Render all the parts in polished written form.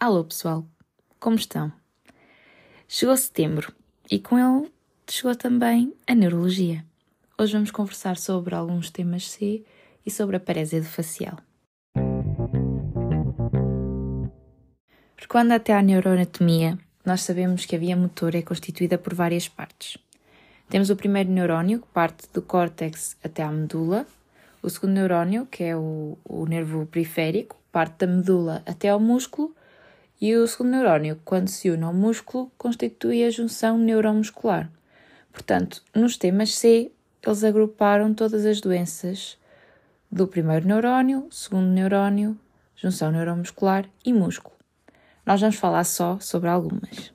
Alô pessoal, como estão? Chegou setembro e com ele chegou também a neurologia. Hoje vamos conversar sobre alguns temas C e sobre a parésia facial. Recuando até à neuroanatomia, nós sabemos que a via motor é constituída por várias partes. Temos o primeiro neurónio, que parte do córtex até à medula. O segundo neurónio, que é o nervo periférico, parte da medula até ao músculo. E o segundo neurónio, quando se une ao músculo, constitui a junção neuromuscular. Portanto, nos temas C, eles agruparam todas as doenças do primeiro neurónio, segundo neurónio, junção neuromuscular e músculo. Nós vamos falar só sobre algumas.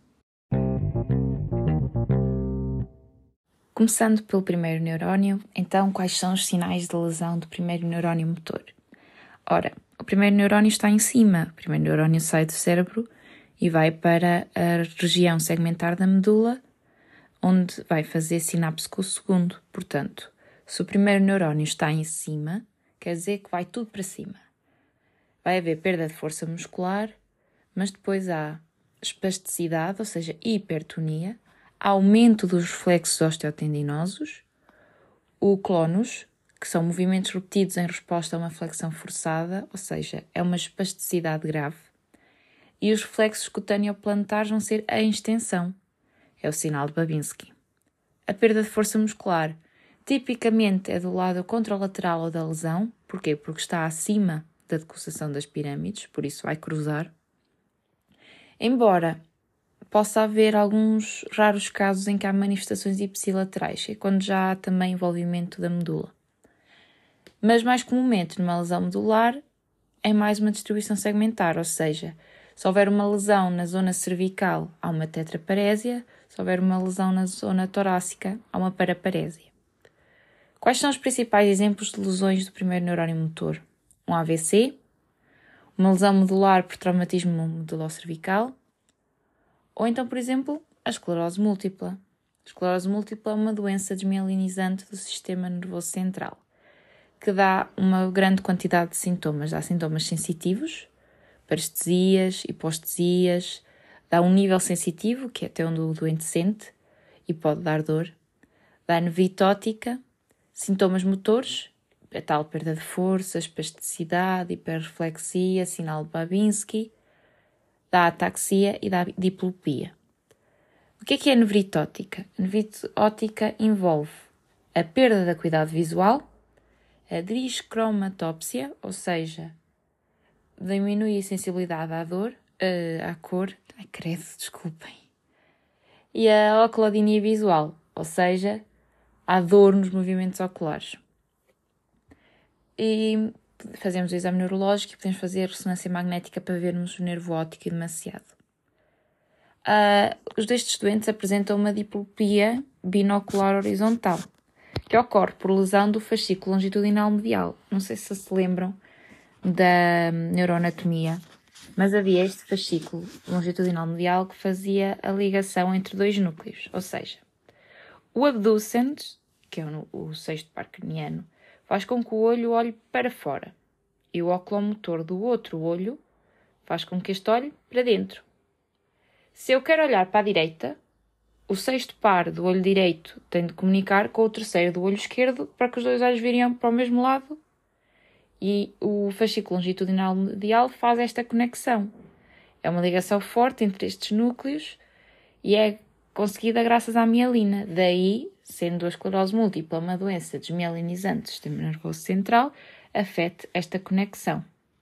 Começando pelo primeiro neurónio, então quais são os sinais de lesão do primeiro neurónio motor? Ora, o primeiro neurónio está em cima, o primeiro neurónio sai do cérebro e vai para a região segmentar da medula, onde vai fazer sinapse com o segundo. Portanto, se o primeiro neurónio está em cima, quer dizer que vai tudo para cima. Vai haver perda de força muscular, mas depois há espasticidade, ou seja, hipertonia, aumento dos reflexos osteotendinosos, o clonus, que são movimentos repetidos em resposta a uma flexão forçada, ou seja, é uma espasticidade grave, e os reflexos cutâneo-plantares vão ser a extensão, é o sinal de Babinski. A perda de força muscular tipicamente é do lado contralateral ou da lesão. Porquê? Porque está acima da decussação das pirâmides, por isso vai cruzar. Embora possa haver alguns raros casos em que há manifestações ipsilaterais, é quando já há também envolvimento da medula. Mas mais comumente numa lesão medular é mais uma distribuição segmentar, ou seja, se houver uma lesão na zona cervical há uma tetraparésia, se houver uma lesão na zona torácica há uma paraparésia. Quais são os principais exemplos de lesões do primeiro neurónio motor? Um AVC, uma lesão medular por traumatismo medulocervical, ou então, por exemplo, a esclerose múltipla. A esclerose múltipla é uma doença desmielinizante do sistema nervoso central, que dá uma grande quantidade de sintomas. Dá sintomas sensitivos, parestesias, hipostesias, dá um nível sensitivo, que é até onde o doente sente, e pode dar dor. Dá nevitótica, sintomas motores, a tal perda de força, espasticidade, hiperreflexia, sinal de Babinski, dá ataxia e dá diplopia. O que é nevritótica? A nevritótica envolve a perda da acuidade visual, a dischromatopsia, ou seja, diminui a sensibilidade à dor, à cor, e a oclodinia visual, ou seja, há dor nos movimentos oculares. E fazemos o exame neurológico e podemos fazer ressonância magnética para vermos o nervo óptico e demasiado. Os destes doentes apresentam uma diplopia binocular horizontal, que ocorre por lesão do fascículo longitudinal medial. Não sei se lembram da neuroanatomia, mas havia este fascículo longitudinal medial que fazia a ligação entre dois núcleos, ou seja, o abducens, que é o sexto par craniano, faz com que o olho olhe para fora e o oculomotor do outro olho faz com que este olhe para dentro. Se eu quero olhar para a direita, o sexto par do olho direito tem de comunicar com o terceiro do olho esquerdo para que os dois olhos virem para o mesmo lado e o fascículo longitudinal medial faz esta conexão. É uma ligação forte entre estes núcleos e é conseguida graças à mielina. Daí, sendo a esclerose múltipla uma doença desmielinizante do sistema nervoso central, afeta esta conexão.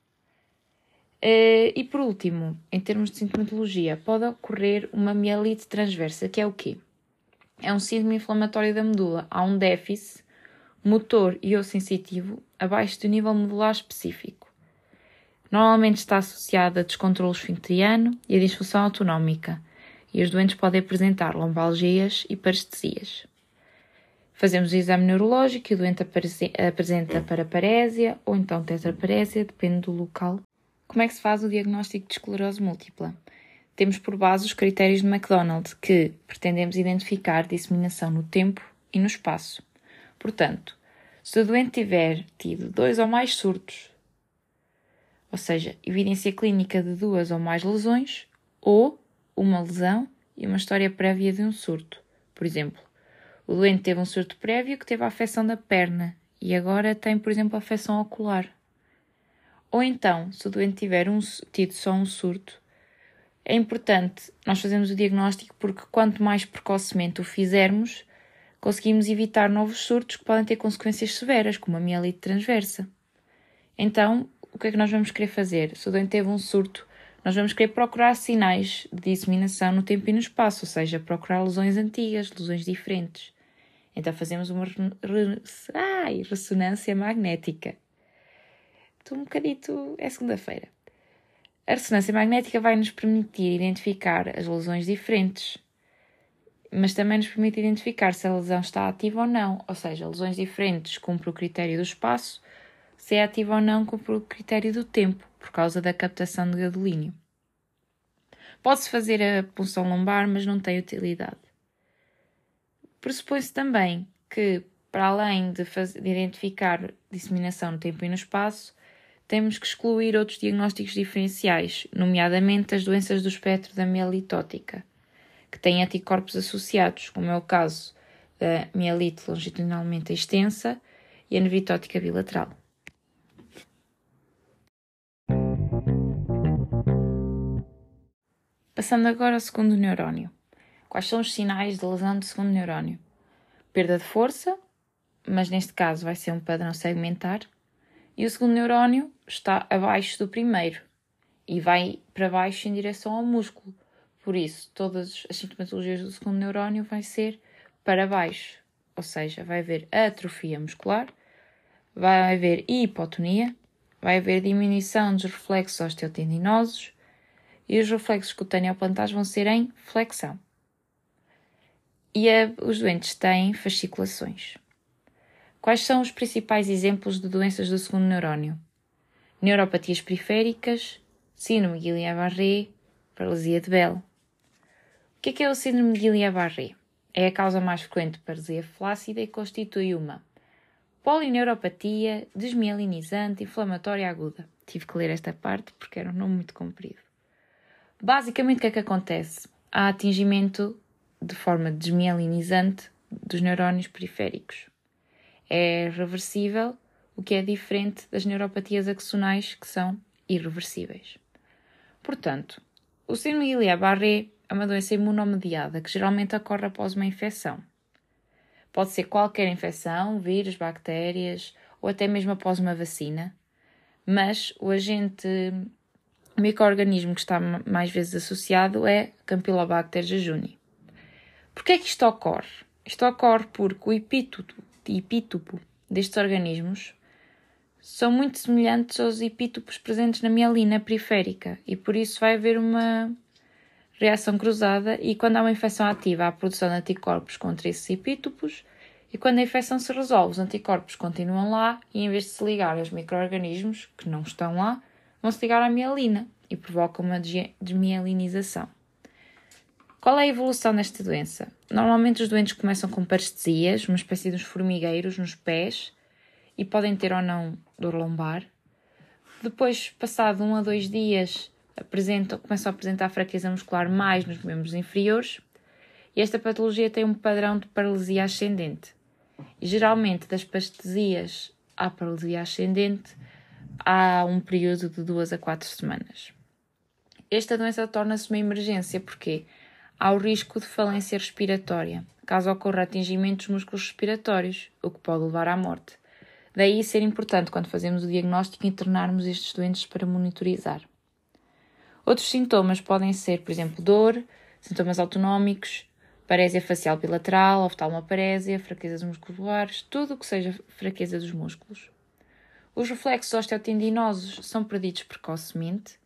E por último, em termos de sintomatologia, pode ocorrer uma mielite transversa, que é o quê? É um síndrome inflamatório da medula. Há um déficit motor e ou sensitivo abaixo do nível medular específico. Normalmente está associado a descontrole esfincteriano e a disfunção autonómica, e os doentes podem apresentar lombalgias e parestesias. Fazemos o exame neurológico e o doente apresenta paraparésia ou então tetraparésia, depende do local. Como é que se faz o diagnóstico de esclerose múltipla? Temos por base os critérios de McDonald, que pretendemos identificar disseminação no tempo e no espaço. Portanto, se o doente tiver tido 2 ou mais surtos, ou seja, evidência clínica de 2 ou mais lesões, ou uma lesão e uma história prévia de um surto. Por exemplo, o doente teve um surto prévio que teve a afecção da perna e agora tem, por exemplo, a afecção ocular. Ou então, se o doente tiver tido só um surto, é importante nós fazermos o diagnóstico porque quanto mais precocemente o fizermos, conseguimos evitar novos surtos que podem ter consequências severas, como a mielite transversa. Então, o que é que nós vamos querer fazer? Se o doente teve um surto, nós vamos querer procurar sinais de disseminação no tempo e no espaço, ou seja, procurar lesões antigas, lesões diferentes. Então fazemos uma ressonância magnética. Estou um bocadito... É segunda-feira. A ressonância magnética vai nos permitir identificar as lesões diferentes, mas também nos permite identificar se a lesão está ativa ou não, ou seja, lesões diferentes cumpre o critério do espaço, se é ativa ou não cumpre o critério do tempo, por causa da captação de gadolínio. Pode-se fazer a punção lombar, mas não tem utilidade. Pressupõe-se também que, para além de identificar disseminação no tempo e no espaço, temos que excluir outros diagnósticos diferenciais, nomeadamente as doenças do espectro da mielitótica, que têm anticorpos associados, como é o caso da mielite longitudinalmente extensa e a nevitótica bilateral. Passando agora ao segundo neurónio. Quais são os sinais de lesão do segundo neurónio? Perda de força, mas neste caso vai ser um padrão segmentar, e o segundo neurónio está abaixo do primeiro e vai para baixo em direção ao músculo. Por isso, todas as sintomatologias do segundo neurónio vai ser para baixo, ou seja, vai haver atrofia muscular, vai haver hipotonia, vai haver diminuição dos reflexos osteotendinosos e os reflexos cutâneo-plantares vão ser em flexão. E os doentes têm fasciculações. Quais são os principais exemplos de doenças do segundo neurónio? Neuropatias periféricas, síndrome de Guillain-Barré, paralisia de Bell. O que é o síndrome de Guillain-Barré? É a causa mais frequente de paralisia flácida e constitui uma polineuropatia desmielinizante inflamatória aguda. Tive que ler esta parte porque era um nome muito comprido. Basicamente, o que é que acontece? Há atingimento de forma desmielinizante dos neurónios periféricos. É reversível, o que é diferente das neuropatias axonais, que são irreversíveis. Portanto, o síndrome de Guillain-Barré é uma doença imunomediada que geralmente ocorre após uma infecção. Pode ser qualquer infecção, vírus, bactérias ou até mesmo após uma vacina, mas o agente micro-organismo que está mais vezes associado é Campylobacter jejuni. Porquê é que isto ocorre? Isto ocorre porque o epítopo destes organismos são muito semelhantes aos epítopos presentes na mielina periférica e por isso vai haver uma reação cruzada e quando há uma infecção ativa há a produção de anticorpos contra esses epítopos e quando a infecção se resolve os anticorpos continuam lá e em vez de se ligar aos micro-organismos que não estão lá, vão se ligar à mielina e provocam uma desmielinização. Qual é a evolução desta doença? Normalmente os doentes começam com parestesias, uma espécie de uns formigueiros nos pés e podem ter ou não dor lombar. Depois, passado 1 a 2 dias, começam a apresentar fraqueza muscular mais nos membros inferiores e esta patologia tem um padrão de paralisia ascendente. E geralmente das parestesias à paralisia ascendente há um período de 2 a 4 semanas. Esta doença torna-se uma emergência porque há o risco de falência respiratória, caso ocorra atingimento dos músculos respiratórios, o que pode levar à morte. Daí ser importante, quando fazemos o diagnóstico, internarmos estes doentes para monitorizar. Outros sintomas podem ser, por exemplo, dor, sintomas autonómicos, parésia facial bilateral, oftalmoparésia, fraquezas musculares, tudo o que seja fraqueza dos músculos. Os reflexos osteotendinosos são perdidos precocemente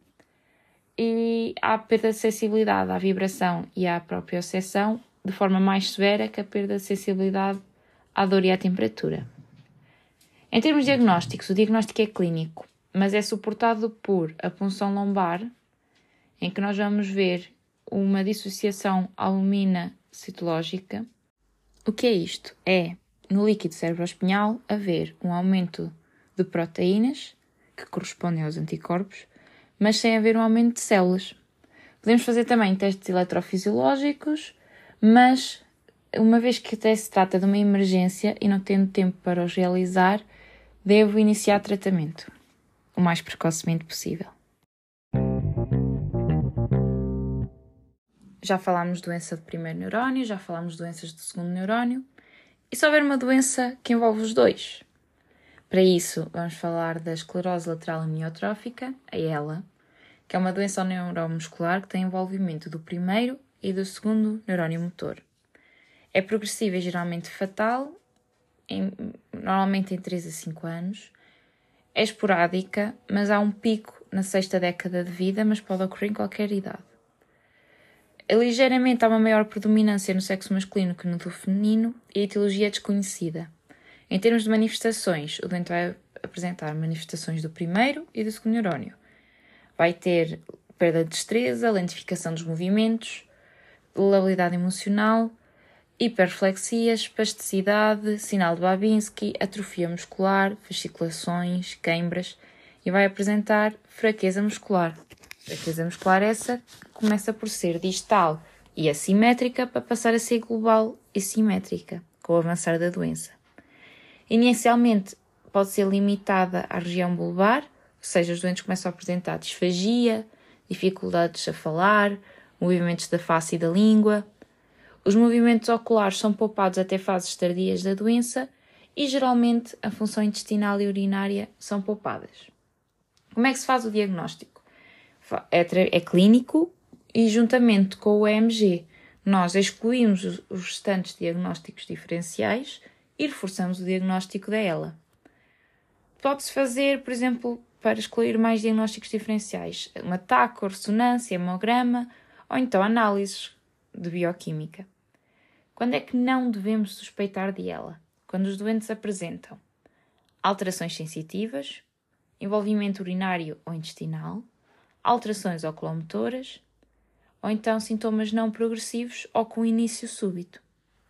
e há perda de sensibilidade à vibração e à propriocepção de forma mais severa que a perda de sensibilidade à dor e à temperatura. Em termos diagnósticos, o diagnóstico é clínico, mas é suportado por a punção lombar, em que nós vamos ver uma dissociação albumina citológica. O que é isto? É, no líquido cerebroespinhal, haver um aumento de proteínas que correspondem aos anticorpos, mas sem haver um aumento de células. Podemos fazer também testes eletrofisiológicos, mas uma vez que até se trata de uma emergência e não tendo tempo para os realizar, devo iniciar tratamento o mais precocemente possível. Já falámos de doença do primeiro neurónio, já falámos de doenças do segundo neurónio. E se houver uma doença que envolve os dois? Para isso, vamos falar da esclerose lateral amiotrófica, a ELA, que é uma doença neuromuscular que tem envolvimento do primeiro e do segundo neurónio motor. É progressiva e geralmente fatal, normalmente em 3 a 5 anos. É esporádica, mas há um pico na 6ª década de vida, mas pode ocorrer em qualquer idade. Ligeiramente há uma maior predominância no sexo masculino que no do feminino e a etiologia é desconhecida. Em termos de manifestações, o doente vai apresentar manifestações do primeiro e do segundo neurónio. Vai ter perda de destreza, lentificação dos movimentos, labilidade emocional, hiperflexia, espasticidade, sinal de Babinski, atrofia muscular, fasciculações, queimbras e vai apresentar fraqueza muscular. Fraqueza muscular essa começa por ser distal e assimétrica para passar a ser global e simétrica com o avançar da doença. Inicialmente pode ser limitada à região bulbar, ou seja, os doentes começam a apresentar disfagia, dificuldades a falar, movimentos da face e da língua. Os movimentos oculares são poupados até fases tardias da doença e, geralmente, a função intestinal e urinária são poupadas. Como é que se faz o diagnóstico? É clínico e, juntamente com o EMG, nós excluímos os restantes diagnósticos diferenciais e reforçamos o diagnóstico da ELA. Pode-se fazer, por exemplo, para excluir mais diagnósticos diferenciais, uma taco, ressonância, hemograma ou então análises de bioquímica. Quando é que não devemos suspeitar de ELA? Quando os doentes apresentam alterações sensitivas, envolvimento urinário ou intestinal, alterações oculomotoras ou então sintomas não progressivos ou com início súbito.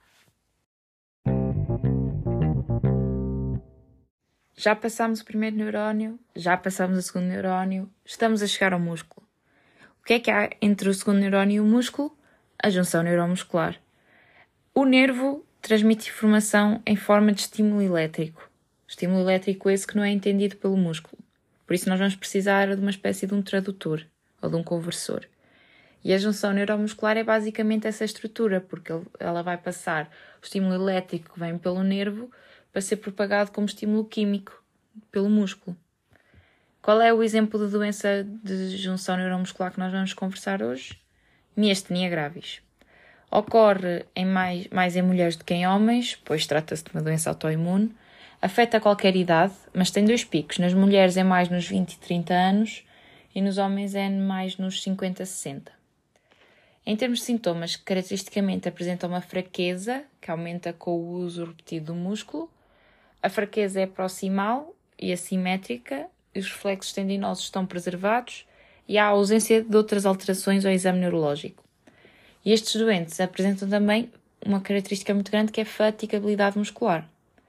Já passámos o primeiro neurónio, já passámos o segundo neurónio, estamos a chegar ao músculo. O que é que há entre o segundo neurónio e o músculo? A junção neuromuscular. O nervo transmite informação em forma de estímulo elétrico. Estímulo elétrico esse que não é entendido pelo músculo. Por isso nós vamos precisar de uma espécie de um tradutor ou de um conversor. E a junção neuromuscular é basicamente essa estrutura, porque ela vai passar o estímulo elétrico que vem pelo nervo para ser propagado como estímulo químico pelo músculo. Qual é o exemplo de doença de junção neuromuscular que nós vamos conversar hoje? Miastenia gravis. Ocorre mais em mulheres do que em homens, pois trata-se de uma doença autoimune. Afeta qualquer idade, mas tem 2 picos. Nas mulheres é mais nos 20 e 30 anos e nos homens é mais nos 50 a 60. Em termos de sintomas, caracteristicamente apresentam uma fraqueza, que aumenta com o uso repetido do músculo. A fraqueza é proximal e assimétrica, e os reflexos tendinosos estão preservados e há a ausência de outras alterações ao exame neurológico. E estes doentes apresentam também uma característica muito grande que é a fatigabilidade muscular.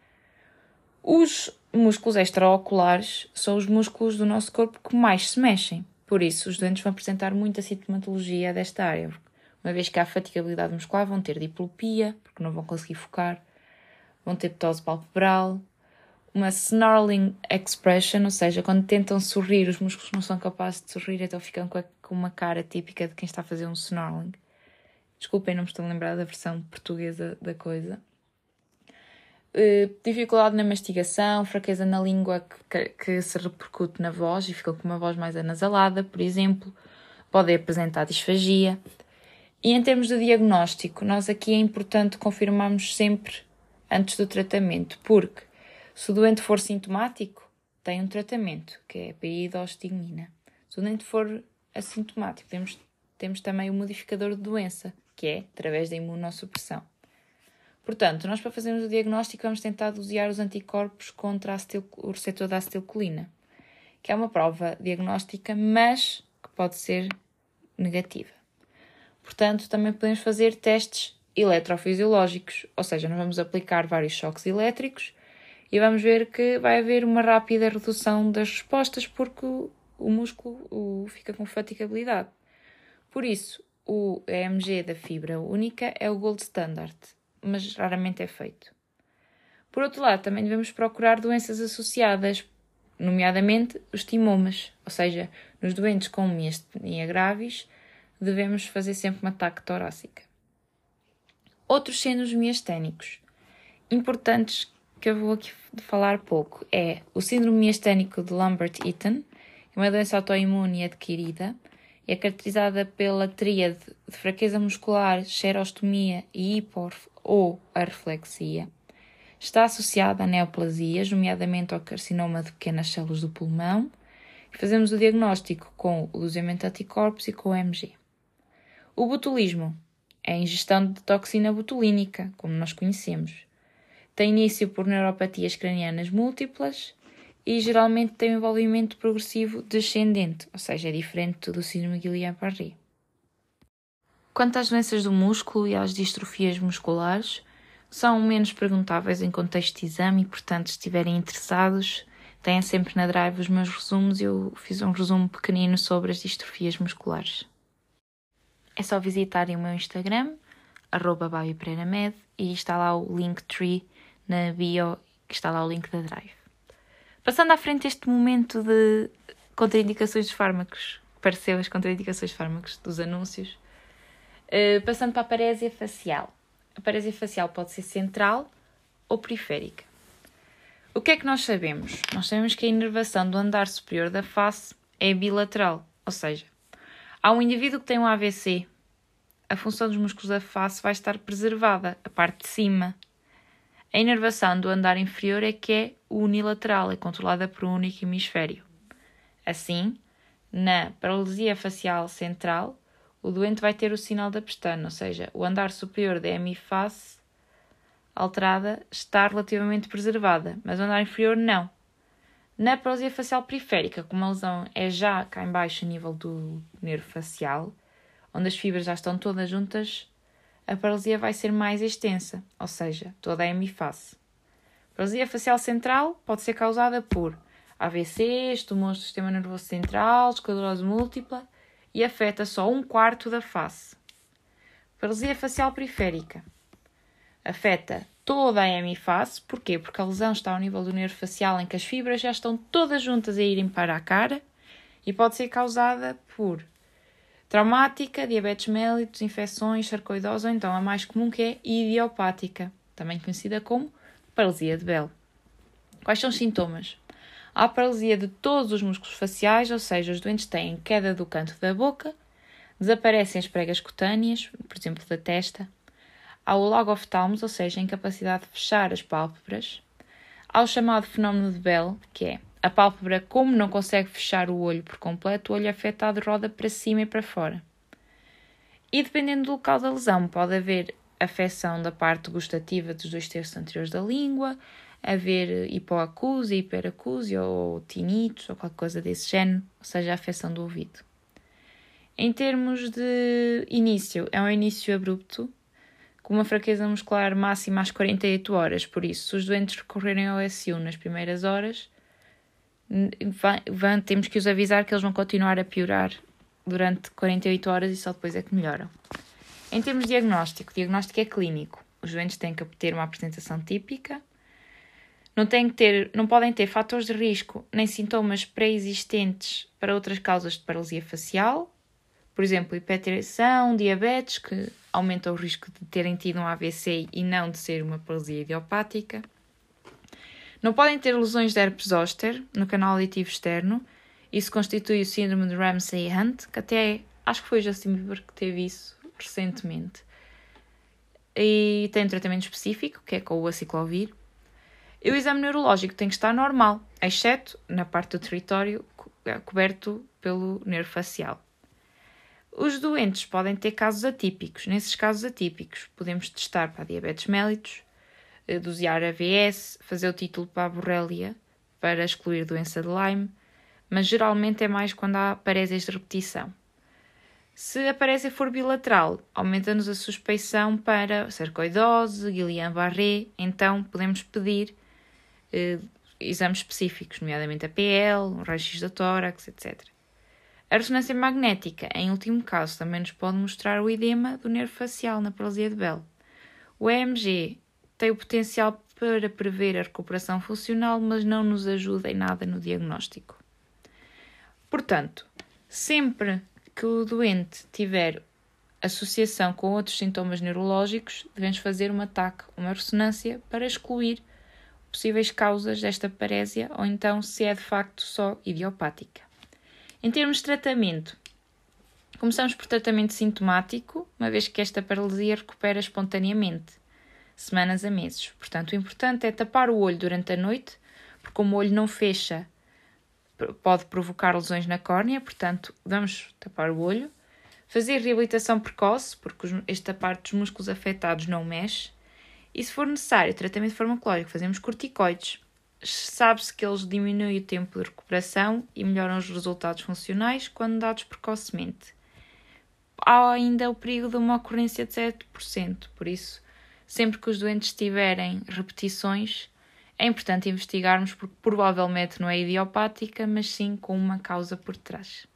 Os músculos extraoculares são os músculos do nosso corpo que mais se mexem. Por isso, os doentes vão apresentar muita sintomatologia desta área. Uma vez que há fatigabilidade muscular, vão ter diplopia, porque não vão conseguir focar, vão ter ptose palpebral, uma snarling expression, ou seja, quando tentam sorrir, os músculos não são capazes de sorrir, então ficam com uma cara típica de quem está a fazer um snarling. Desculpem, não me estou a lembrar da versão portuguesa da coisa. Dificuldade na mastigação, fraqueza na língua que se repercute na voz e ficam com uma voz mais anasalada, por exemplo. Podem apresentar disfagia. E em termos de diagnóstico, nós aqui é importante confirmarmos sempre antes do tratamento, porque se o doente for sintomático, tem um tratamento, que é a piridoxatigmina. Se o doente for assintomático, temos também o modificador de doença, que é através da imunossupressão. Portanto, nós para fazermos o diagnóstico vamos tentar dosear os anticorpos contra o receptor da acetilcolina, que é uma prova diagnóstica, mas que pode ser negativa. Portanto, também podemos fazer testes eletrofisiológicos, ou seja, nós vamos aplicar vários choques elétricos e vamos ver que vai haver uma rápida redução das respostas porque o músculo fica com fatigabilidade. Por isso, o EMG da fibra única é o gold standard, mas raramente é feito. Por outro lado, também devemos procurar doenças associadas, nomeadamente os timomas, ou seja, nos doentes com miastenia gravis, devemos fazer sempre uma TAC torácica. Outros síndromes miasténicos importantes que eu vou aqui falar pouco é o síndrome miasténico de Lambert-Eaton, que é uma doença autoimune adquirida, é caracterizada pela tríade de fraqueza muscular, xerostomia e hipo- ou arreflexia. Está associada a neoplasias, nomeadamente ao carcinoma de pequenas células do pulmão, e fazemos o diagnóstico com o luziamento de anticorpos e com o EMG. O botulismo é a ingestão de toxina botulínica, como nós conhecemos. Tem início por neuropatias cranianas múltiplas e geralmente tem um envolvimento progressivo descendente, ou seja, é diferente do síndrome de Guillain-Barré. Quanto às doenças do músculo e às distrofias musculares, são menos perguntáveis em contexto de exame e, portanto, se estiverem interessados, têm sempre na Drive os meus resumos. Eu fiz um resumo pequenino sobre as distrofias musculares. É só visitarem o meu Instagram, @babipereiramed, e está lá o Linktree na bio, que está lá o link da Drive. Passando à frente este momento de contraindicações dos fármacos, pareceu as contraindicações dos fármacos dos anúncios, passando para a parésia facial. A parésia facial pode ser central ou periférica. O que é que nós sabemos? Nós sabemos que a inervação do andar superior da face é bilateral, ou seja, há um indivíduo que tem um AVC, a função dos músculos da face vai estar preservada, a parte de cima. A inervação do andar inferior é que é unilateral, é controlada por um único hemisfério. Assim, na paralisia facial central, o doente vai ter o sinal da pestana, ou seja, o andar superior da hemiface alterada está relativamente preservada, mas o andar inferior não. Na paralisia facial periférica, como a lesão é já cá em baixo a nível do nervo facial, onde as fibras já estão todas juntas, a paralisia vai ser mais extensa, ou seja, toda a hemiface. A paralisia facial central pode ser causada por AVCs, tumores do sistema nervoso central, esclerose múltipla e afeta só 1/4 da face. Paralisia facial periférica afeta toda a hemiface. Porquê? Porque a lesão está ao nível do nervo facial em que as fibras já estão todas juntas a irem para a cara e pode ser causada por traumática, diabetes mellitus, infecções, sarcoidose ou então a mais comum que é idiopática, também conhecida como paralisia de Bell. Quais são os sintomas? Há paralisia de todos os músculos faciais, ou seja, os doentes têm queda do canto da boca, desaparecem as pregas cutâneas, por exemplo, da testa. Há o logoftalmos, ou seja, a incapacidade de fechar as pálpebras. Há o chamado fenómeno de Bell, que é a pálpebra, como não consegue fechar o olho por completo, o olho afetado roda para cima e para fora. E dependendo do local da lesão, pode haver afecção da parte gustativa dos 2/3 anteriores da língua, haver hipoacúsia, hiperacúsia ou tinitos ou qualquer coisa desse género, ou seja, a afecção do ouvido. Em termos de início, é um início abrupto, com uma fraqueza muscular máxima às 48 horas, por isso, se os doentes recorrerem ao SU nas primeiras horas, temos que os avisar que eles vão continuar a piorar durante 48 horas e só depois é que melhoram. Em termos de diagnóstico, o diagnóstico é clínico. Os doentes têm que ter uma apresentação típica, não podem ter fatores de risco nem sintomas pré-existentes para outras causas de paralisia facial, por exemplo, hipertensão, diabetes, que aumenta o risco de terem tido um AVC e não de ser uma paralisia idiopática. Não podem ter lesões de herpes zoster no canal auditivo externo. Isso constitui o síndrome de Ramsay-Hunt, que até acho que foi o Justin Bieber que teve isso recentemente. E tem um tratamento específico, que é com o aciclovir. E o exame neurológico tem que estar normal, exceto na parte do território coberto pelo nervo facial. Os doentes podem ter casos atípicos. Nesses casos atípicos, podemos testar para a diabetes mellitus, dosear AVS, fazer o título para a borrelia, para excluir doença de Lyme, mas geralmente é mais quando há parésias de repetição. Se a parésia for bilateral, aumenta-nos a suspeição para sarcoidose, Guillain-Barré, então podemos pedir exames específicos, nomeadamente a PL, um raio-x da tórax, etc. A ressonância magnética, em último caso, também nos pode mostrar o edema do nervo facial na paralisia de Bell. O EMG tem o potencial para prever a recuperação funcional, mas não nos ajuda em nada no diagnóstico. Portanto, sempre que o doente tiver associação com outros sintomas neurológicos, devemos fazer um ataque, uma ressonância, para excluir possíveis causas desta parésia ou então se é de facto só idiopática. Em termos de tratamento, começamos por tratamento sintomático, uma vez que esta paralisia recupera espontaneamente, semanas a meses. Portanto, o importante é tapar o olho durante a noite, porque como o olho não fecha, pode provocar lesões na córnea, portanto, vamos tapar o olho. Fazer reabilitação precoce, porque esta parte dos músculos afetados não mexe. E se for necessário, tratamento farmacológico, fazemos corticoides. Sabe-se que eles diminuem o tempo de recuperação e melhoram os resultados funcionais quando dados precocemente. Há ainda o perigo de uma ocorrência de 7%, por isso, sempre que os doentes tiverem repetições, é importante investigarmos porque provavelmente não é idiopática, mas sim com uma causa por trás.